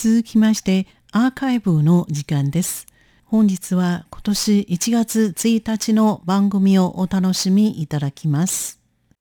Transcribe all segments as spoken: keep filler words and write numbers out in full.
続きましてアーカイブの時間です。本日は今年いちがつついたちの番組をお楽しみいただきます。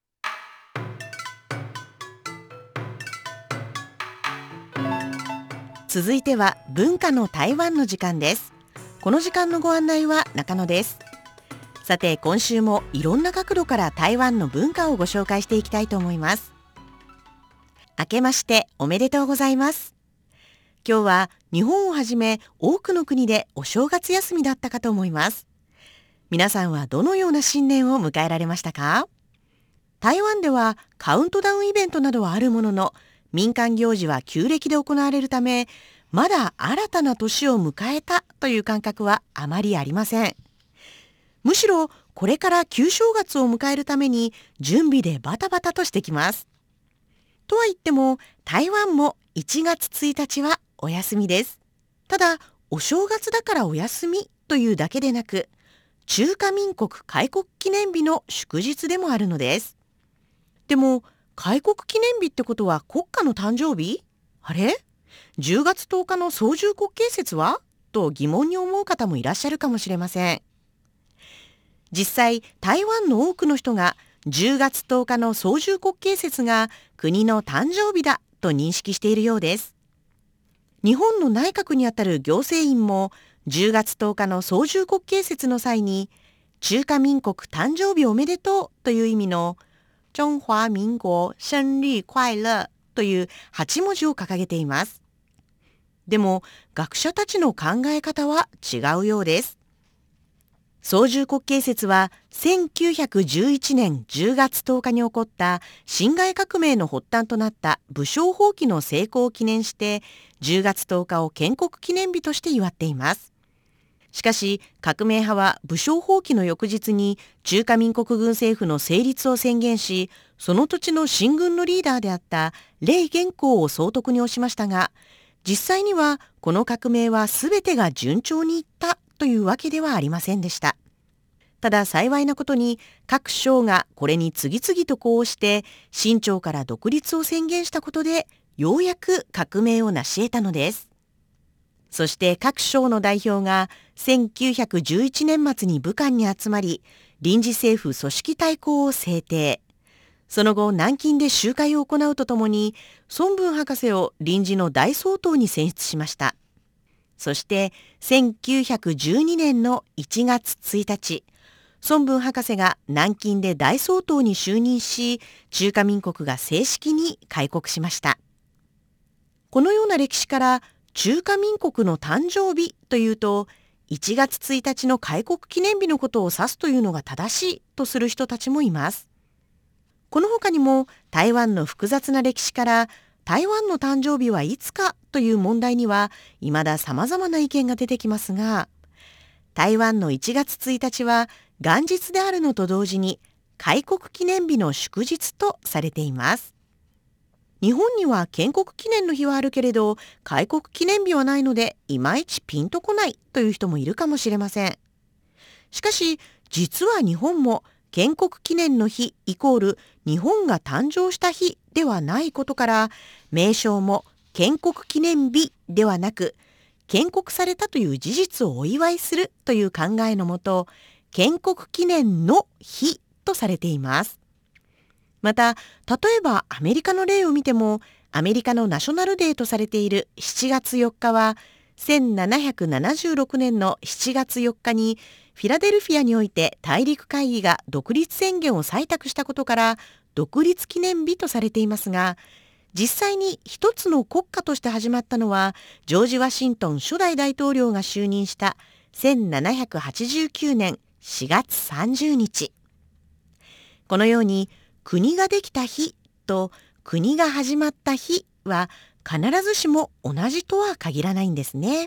続いては文化の台湾の時間です。この時間のご案内は中野です。さて今週もいろんな角度から台湾の文化をご紹介していきたいと思います。明けましておめでとうございます。今日は日本をはじめ多くの国でお正月休みだったかと思います。皆さんはどのような新年を迎えられましたか？台湾ではカウントダウンイベントなどはあるものの、民間行事は旧暦で行われるため、まだ新たな年を迎えたという感覚はあまりありません。むしろこれから旧正月を迎えるために準備でバタバタとしてきます。とは言っても台湾もいちがつついたちはお休みです。ただお正月だからお休みというだけでなく、中華民国開国記念日の祝日でもあるのです。でも開国記念日ってことは国家の誕生日？あれ？じゅうがつとおかの双十国慶節は？と疑問に思う方もいらっしゃるかもしれません。実際台湾の多くの人がじゅうがつとおかの双十国慶節が国の誕生日だと認識しているようです。日本の内閣にあたる行政院もじゅうがつとおかの双十国慶節の際に、中華民国誕生日おめでとうという意味の中華民国生日快樂というはちもじを掲げています。でも学者たちの考え方は違うようです。双十国慶節はせんきゅうひゃくじゅういちねんじゅうがつとおかに起こった辛亥革命の発端となった武昌蜂起の成功を記念して、じゅうがつとおかを建国記念日として祝っています。しかし革命派は武昌蜂起の翌日に中華民国軍政府の成立を宣言し、その土地の新軍のリーダーであった黎元洪を総督に推しましたが、実際にはこの革命は全てが順調にいったというわけではありませんでした。ただ幸いなことに各省がこれに次々と呼応して清朝から独立を宣言したことで、ようやく革命を成し得たのです。そして各省の代表がせんきゅうひゃくじゅういちねん末に武漢に集まり、臨時政府組織大綱を制定。その後南京で集会を行うとともに孫文博士を臨時の大総統に選出しました。そしてせんきゅうひゃくじゅうにねんのいちがつついたち、孫文博士が南京で大総統に就任し、中華民国が正式に開国しました。このような歴史から中華民国の誕生日というと、いちがつついたちの開国記念日のことを指すというのが正しいとする人たちもいます。この他にも台湾の複雑な歴史から台湾の誕生日はいつかという問題には未だ様々な意見が出てきますが、台湾のいちがつついたちは元日であるのと同時に開国記念日の祝日とされています。日本には建国記念の日はあるけれど開国記念日はないのでいまいちピンとこないという人もいるかもしれません。しかし実は日本も建国記念の日イコール日本が誕生した日ではないことから、名称も建国記念日ではなく建国されたという事実をお祝いするという考えのもと、建国記念の日とされています。また例えばアメリカの例を見ても、アメリカのナショナルデーとされているしちがつよっかはせんななひゃくななじゅうろくねんのしちがつよっかにフィラデルフィアにおいて大陸会議が独立宣言を採択したことから独立記念日とされていますが、実際に一つの国家として始まったのはジョージ・ワシントン初代大統領が就任したせんななひゃくはちじゅうきゅうねんしがつさんじゅうにち。このように国ができた日と国が始まった日は必ずしも同じとは限らないんですね。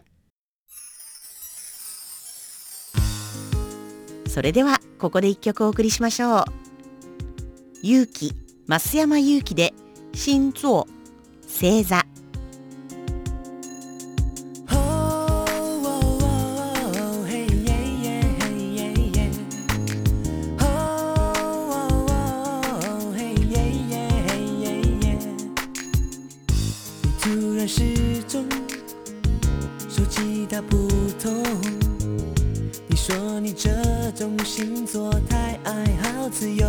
それではここで一曲お送りしましょう。勇気、増山勇気で星座星座。 突然失踪， 记大不同。你说你这种星座太爱好自由，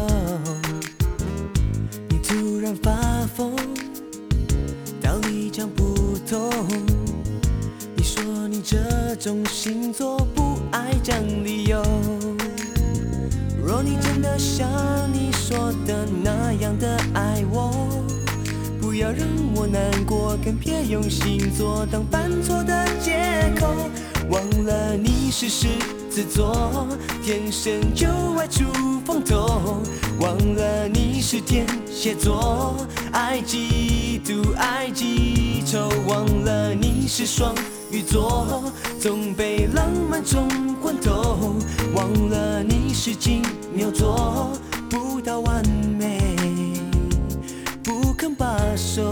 你突然发疯，道理讲不通。你说你这种星座不爱讲理由，若你真的像你说的那样的爱我，不要让我难过，更别用星座当犯错的借口。忘了你是狮子座，天生就爱出风头。忘了你是天蝎座，爱嫉妒爱记仇。忘了你是双鱼座，总被浪漫冲昏头。忘了你是金牛座，不到完美不肯罢手。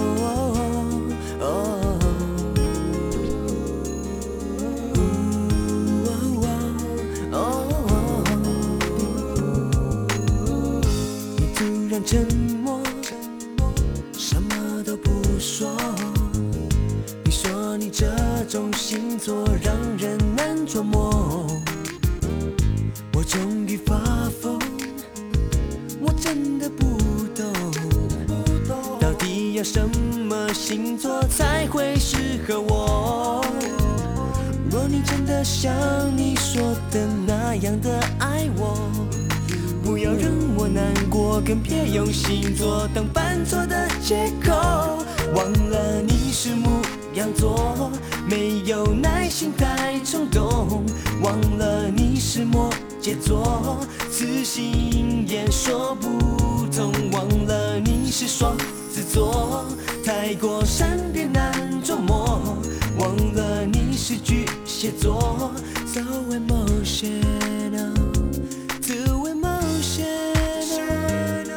沉默，什么都不说。你说你这种星座让人难琢磨，我终于发疯，我真的不懂，到底要什么星座才会适合我？若你真的像你说的那样的爱我，不要让我难过，更别用星座当犯错的借口。忘了你是牧羊座，没有耐心太冲动。忘了你是摩羯座，痴心也说不通。忘了你是双子座，太过善变难琢磨。忘了你是巨蟹座， so emotional。Too emotional，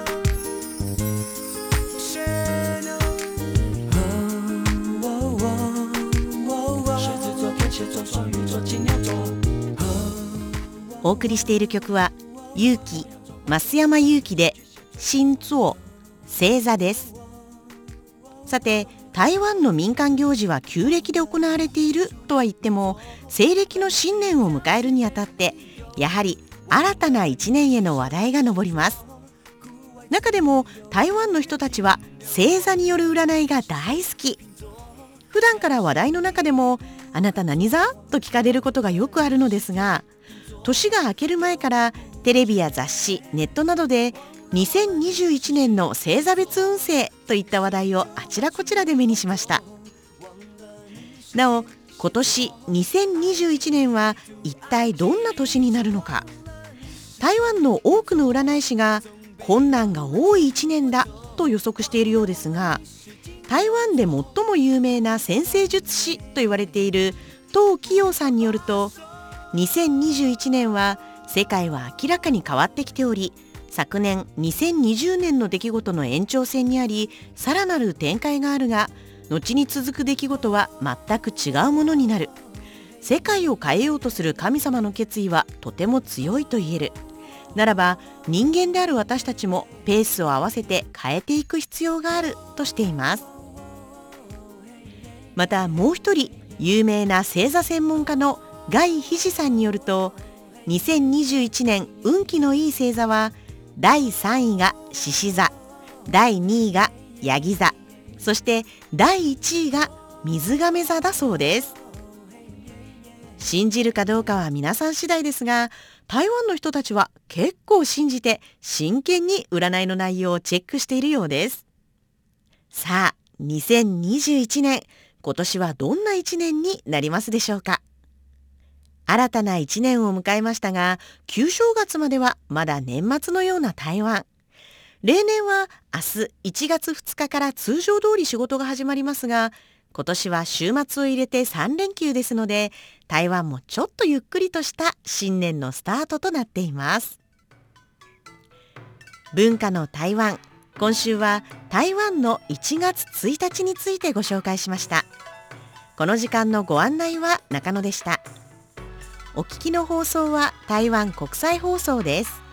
狮子座、天蝎座、双鱼座、金牛座。 お送りしている曲は勇気、増山勇気で星座星座です。さて、台湾の民間行事は旧暦で行われているとは言っても、西暦の新年を迎えるにあたってやはり新たな一年への話題が上ります。中でも台湾の人たちは星座による占いが大好き。普段から話題の中でもあなた何座と聞かれることがよくあるのですが、年が明ける前からテレビや雑誌、ネットなどでにせんにじゅういちねんの星座別運勢といった話題をあちらこちらで目にしました。なお、今年にせんにじゅういちねんは一体どんな年になるのか。台湾の多くの占い師が困難が多いいちねんだと予測しているようですが、台湾で最も有名な占星術師と言われている唐紀陽さんによると、にせんにじゅういちねんは世界は明らかに変わってきており、昨年にせんにじゅうねんの出来事の延長線にあり、さらなる展開があるが、後に続く出来事は全く違うものになる。世界を変えようとする神様の決意はとても強いと言える。ならば人間である私たちもペースを合わせて変えていく必要があるとしています。またもう一人有名な星座専門家のガイ・ヒジさんによると、にせんにじゅういちねん運気のいい星座はだいさんいが獅子座、だいにいがヤギ座、そしてだいいちいが水亀座だそうです。信じるかどうかは皆さん次第ですが、台湾の人たちは結構信じて真剣に占いの内容をチェックしているようです。さあ、にせんにじゅういちねん、今年はどんないちねんになりますでしょうか。新たないちねんを迎えましたが、旧正月まではまだ年末のような台湾。例年は明日いちがつふつかから通常通り仕事が始まりますが、今年は週末を入れてさんれんきゅうですので、台湾もちょっとゆっくりとした新年のスタートとなっています。文化の台湾、今週は台湾のいちがつついたちについてご紹介しました。この時間のご案内は中野でした。お聞きの放送は台湾国際放送です。